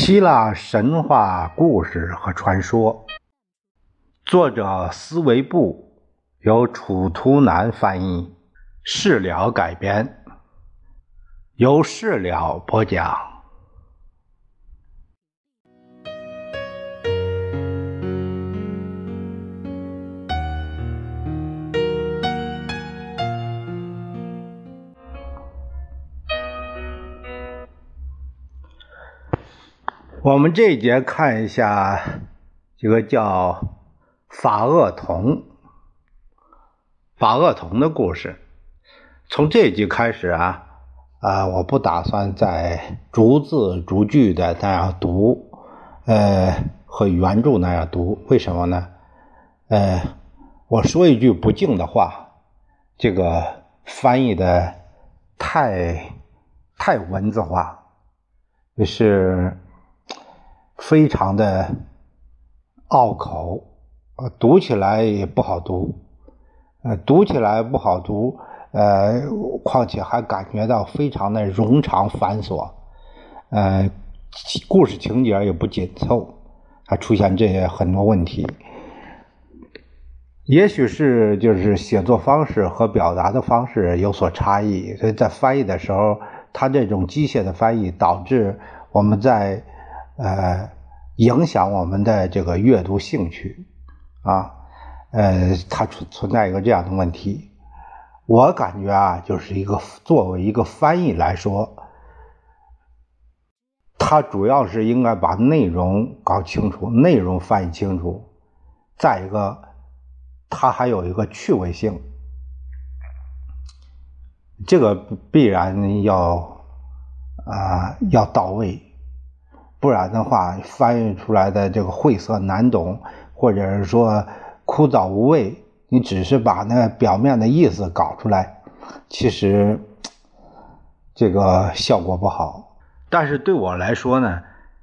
希腊神话故事和传说，作者斯维布，由楚图南翻译，事了改编，由事了播讲。我们这一节看一下这个叫法厄同的故事。从这一集开始我不打算再逐字逐句的那样读，和原著那样读。为什么呢？我说一句不敬的话，这个翻译的太文字化，就是非常的拗口，读起来也不好读，况且还感觉到非常的冗长繁琐，故事情节也不紧凑，还出现这些很多问题。也许是就是写作方式和表达的方式有所差异，所以在翻译的时候，他这种机械的翻译导致我们在影响我们的这个阅读兴趣它存在一个这样的问题。我感觉就是作为一个翻译来说，它主要是应该把内容搞清楚，内容翻译清楚，再一个它还有一个趣味性，这个必然要到位，不然的话翻译出来的这个晦涩难懂，或者是说枯燥无味，你只是把那表面的意思搞出来，其实这个效果不好。但是对我来说呢，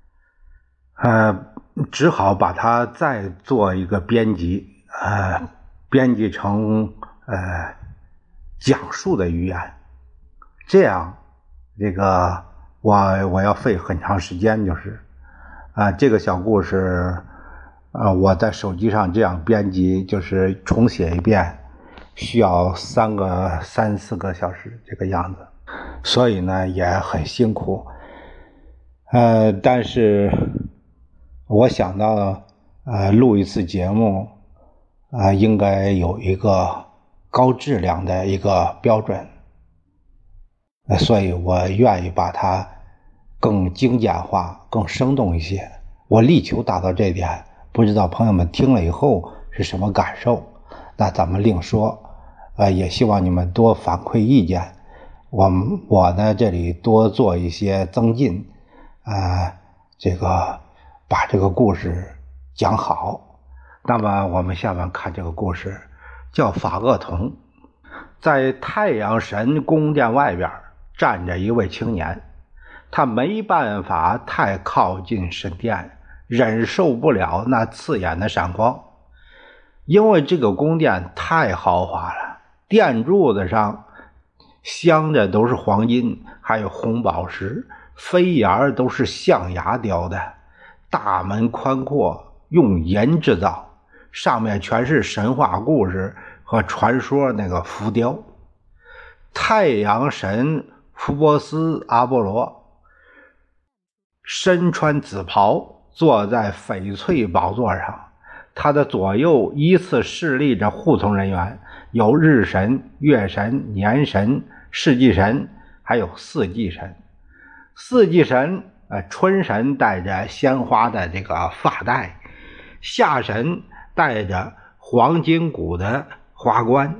只好把它再做一个编辑，编辑成讲述的语言，这样这个我要费很长时间，就是这个小故事我在手机上这样编辑，就是重写一遍，需要三四个小时这个样子，所以呢也很辛苦。但是我想到录一次节目应该有一个高质量的一个标准，所以我愿意把它更精简化，更生动一些。我力求达到这一点，不知道朋友们听了以后是什么感受，那咱们另说。也希望你们多反馈意见，我呢这里多做一些增进，这个把这个故事讲好。那么我们下面看这个故事，叫法厄同。在太阳神宫殿外边站着一位青年，他没办法太靠近神殿，忍受不了那刺眼的闪光，因为这个宫殿太豪华了，殿柱子上镶着都是黄金，还有红宝石，飞檐都是象牙雕的，大门宽阔，用银制造，上面全是神话故事和传说那个浮雕。太阳神福波斯阿波罗身穿紫袍，坐在翡翠宝座上，他的左右依次侍立着护从人员，有日神、月神、年神、世纪神，还有四季神。四季神春神戴着鲜花的这个发带，夏神戴着黄金骨的花冠，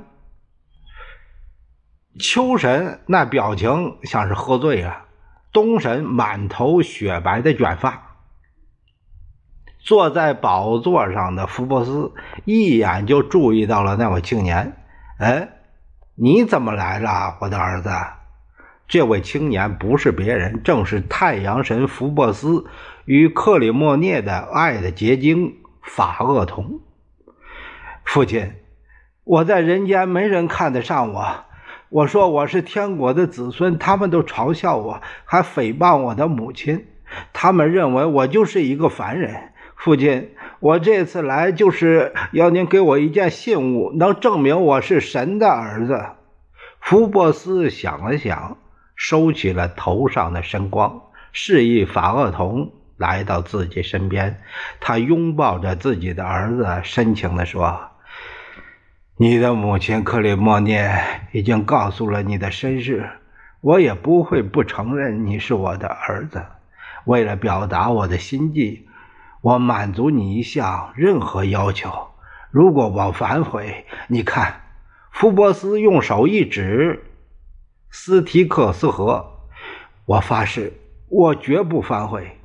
秋神那表情像是喝醉了，冬神满头雪白的卷发。坐在宝座上的福波斯一眼就注意到了那位青年。你怎么来了，我的儿子？这位青年不是别人，正是太阳神福波斯与克里莫涅的爱的结晶法厄同。父亲，我在人间没人看得上我说我是天国的子孙，他们都嘲笑我，还诽谤我的母亲。 他们认为我就是一个凡人。父亲，我这次来就是要您给我一件信物，能证明我是神的儿子。福波斯想了想，收起了头上的神光，示意法厄同来到自己身边。他拥抱着自己的儿子，深情地说：你的母亲克里莫涅已经告诉了你的身世，我也不会不承认你是我的儿子。为了表达我的心迹，我满足你一项任何要求。如果我反悔，你看，福波斯用手一指斯提克斯河，我发誓，我绝不反悔。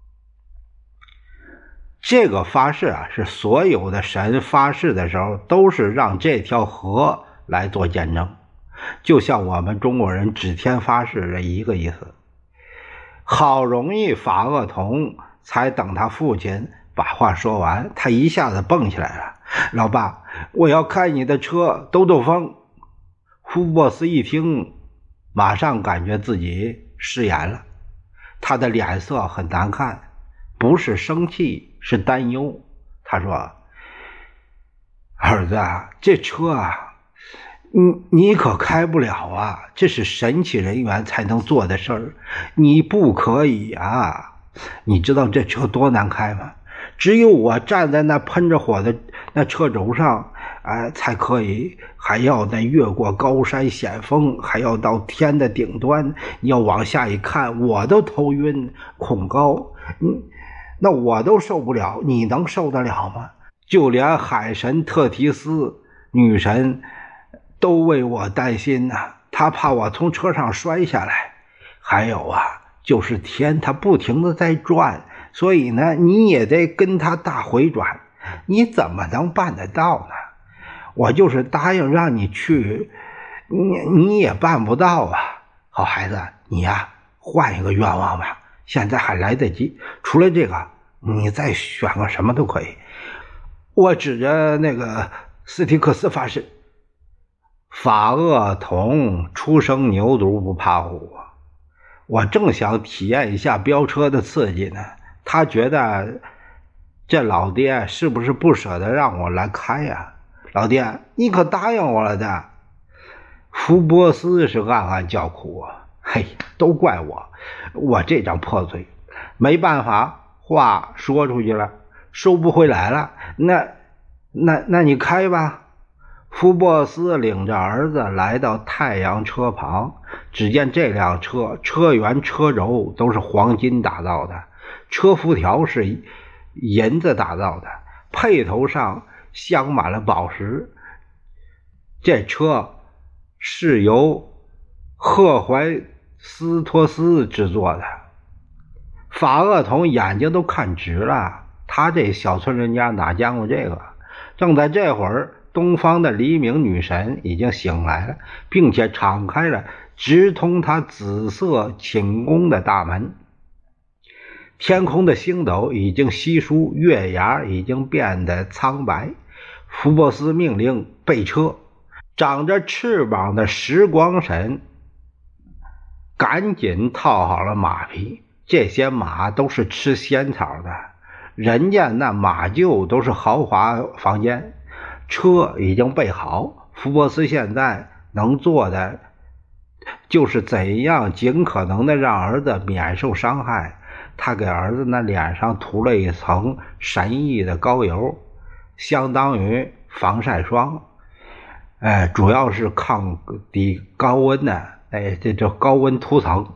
这个发誓啊，是所有的神发誓的时候都是让这条河来做见证，就像我们中国人指天发誓的一个意思。好容易法厄同才等他父亲把话说完，他一下子蹦起来了：老爸，我要开你的车兜兜风。福波斯一听，马上感觉自己失言了，他的脸色很难看，不是生气，是担忧。他说：儿子啊，这车啊，你可开不了啊，这是神奇人员才能做的事儿，你不可以啊！你知道这车多难开吗？只有我站在那喷着火的那车轴上，才可以，还要再越过高山险峰，还要到天的顶端。你要往下一看，我都头晕恐高，那我都受不了，你能受得了吗？就连海神特提斯女神都为我担心呐，她怕我从车上摔下来。还有啊，就是天它不停的在转，所以呢你也得跟它大回转，你怎么能办得到呢？我就是答应让你去，你也办不到啊。好孩子，你呀换一个愿望吧，现在还来得及。除了这个，你再选个什么都可以。我指着那个斯提克斯发誓。法厄同初生牛犊不怕虎，我正想体验一下飙车的刺激呢，他觉得这老爹是不是不舍得让我来开呀？老爹，你可答应我了的。福波斯是暗暗叫苦啊，嘿，都怪我这张破嘴，没办法，话说出去了，收不回来了。那你开吧。福波斯领着儿子来到太阳车旁，只见这辆车车辕车轴都是黄金打造的，车辐条是银子打造的，配头上镶满了宝石。这车是由赫怀斯托斯制作的。法厄同眼睛都看直了，他这小村人家哪见过这个？正在这会儿，东方的黎明女神已经醒来了，并且敞开了直通她紫色寝宫的大门。天空的星斗已经稀疏，月牙已经变得苍白。福波斯命令备车，长着翅膀的时光神赶紧套好了马匹。这些马都是吃仙草的，人家那马厩都是豪华房间。车已经备好，福波斯现在能做的就是怎样尽可能的让儿子免受伤害。他给儿子那脸上涂了一层神异的膏油，相当于防晒霜，主要是抗抵高温的，这高温涂层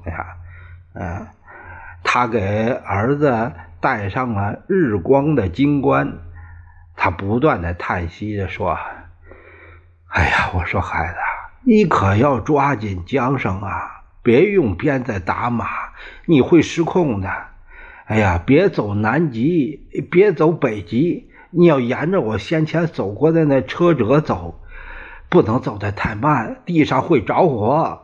他给儿子戴上了日光的金冠。他不断的叹息着说：哎呀，我说孩子，你可要抓紧缰绳啊，别用鞭子打马，你会失控的。哎呀，别走南极，别走北极，你要沿着我先前走过的那车辙走，不能走得太慢，地上会着火，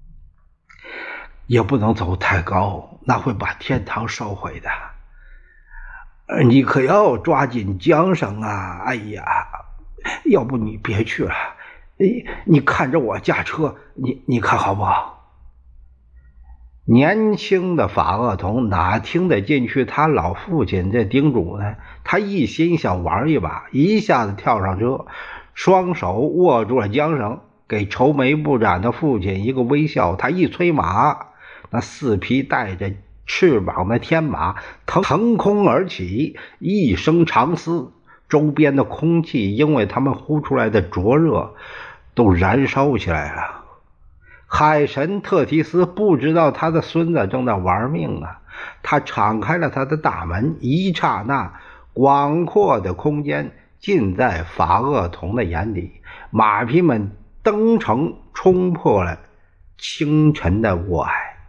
也不能走太高，那会把天堂烧毁的。你可要抓紧缰绳啊！哎呀，要不你别去了，你看着我驾车，你看好不好？ 年轻的法厄同哪听得进去他老父亲这叮嘱呢？他一心想玩一把，一下子跳上车，双手握住了缰绳，给愁眉不展的父亲一个微笑。他一催马，那4匹带着翅膀的天马腾空而起，一声长嘶，周边的空气因为他们呼出来的灼热都燃烧起来了。海神特提斯不知道他的孙子正在玩命啊！他敞开了他的大门，一刹那，广阔的空间尽在法厄同的眼底。马匹们登城冲破了清晨的雾霭，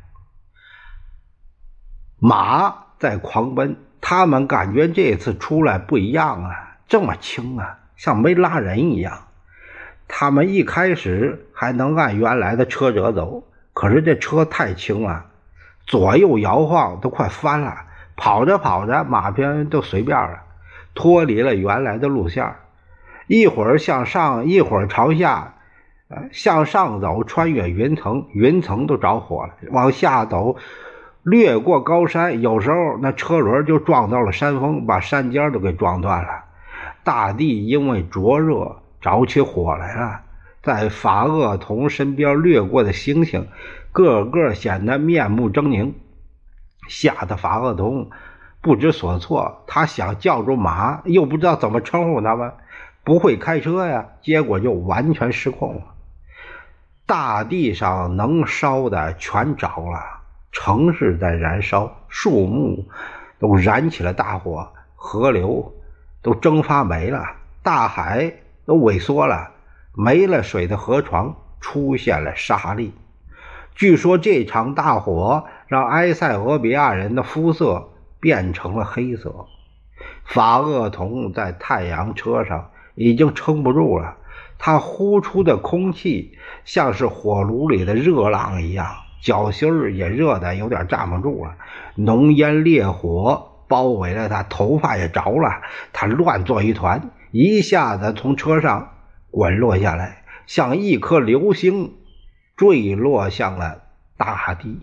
马在狂奔，他们感觉这次出来不一样啊，这么轻啊，像没拉人一样。他们一开始还能按原来的车辙走，可是这车太轻了，左右摇晃都快翻了。跑着跑着，马匹都随便了，脱离了原来的路线，一会儿向上，一会儿朝下，向上走，穿越云层，云层都着火了；往下走，掠过高山，有时候那车轮就撞到了山峰，把山尖都给撞断了。大地因为灼热着起火来了，在法厄同身边掠过的星星个个显得面目狰狞，吓得法厄同不知所措。他想叫住马，又不知道怎么称呼他们，不会开车呀，结果就完全失控了。大地上能烧的全着了，城市在燃烧，树木都燃起了大火，河流都蒸发没了，大海都萎缩了，没了水的河床出现了沙砾。据说这场大火让埃塞俄比亚人的肤色变成了黑色。法厄同在太阳车上已经撑不住了，他呼出的空气像是火炉里的热浪一样，脚心也热得有点站不住了，浓烟烈火包围了他，头发也着了，他乱作一团，一下子从车上滚落下来，像一颗流星坠落向了大地。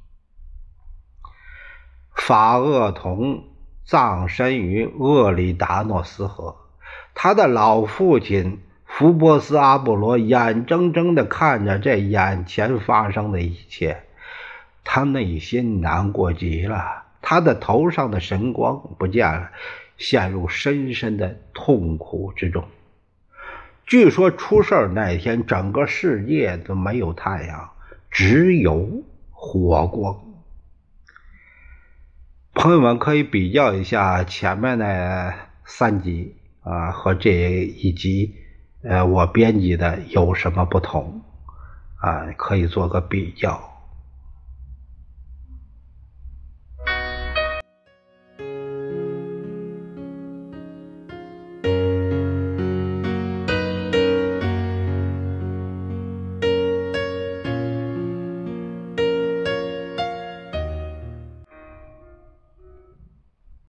法厄同葬身于厄里达诺斯河，他的老父亲福波斯阿波罗眼睁睁地看着这眼前发生的一切，他内心难过极了，他的头上的神光不见了，陷入深深的痛苦之中。据说出事那天，整个世界都没有太阳，只有火光。朋友们可以比较一下前面的3集和这一集我编辑的有什么不同可以做个比较。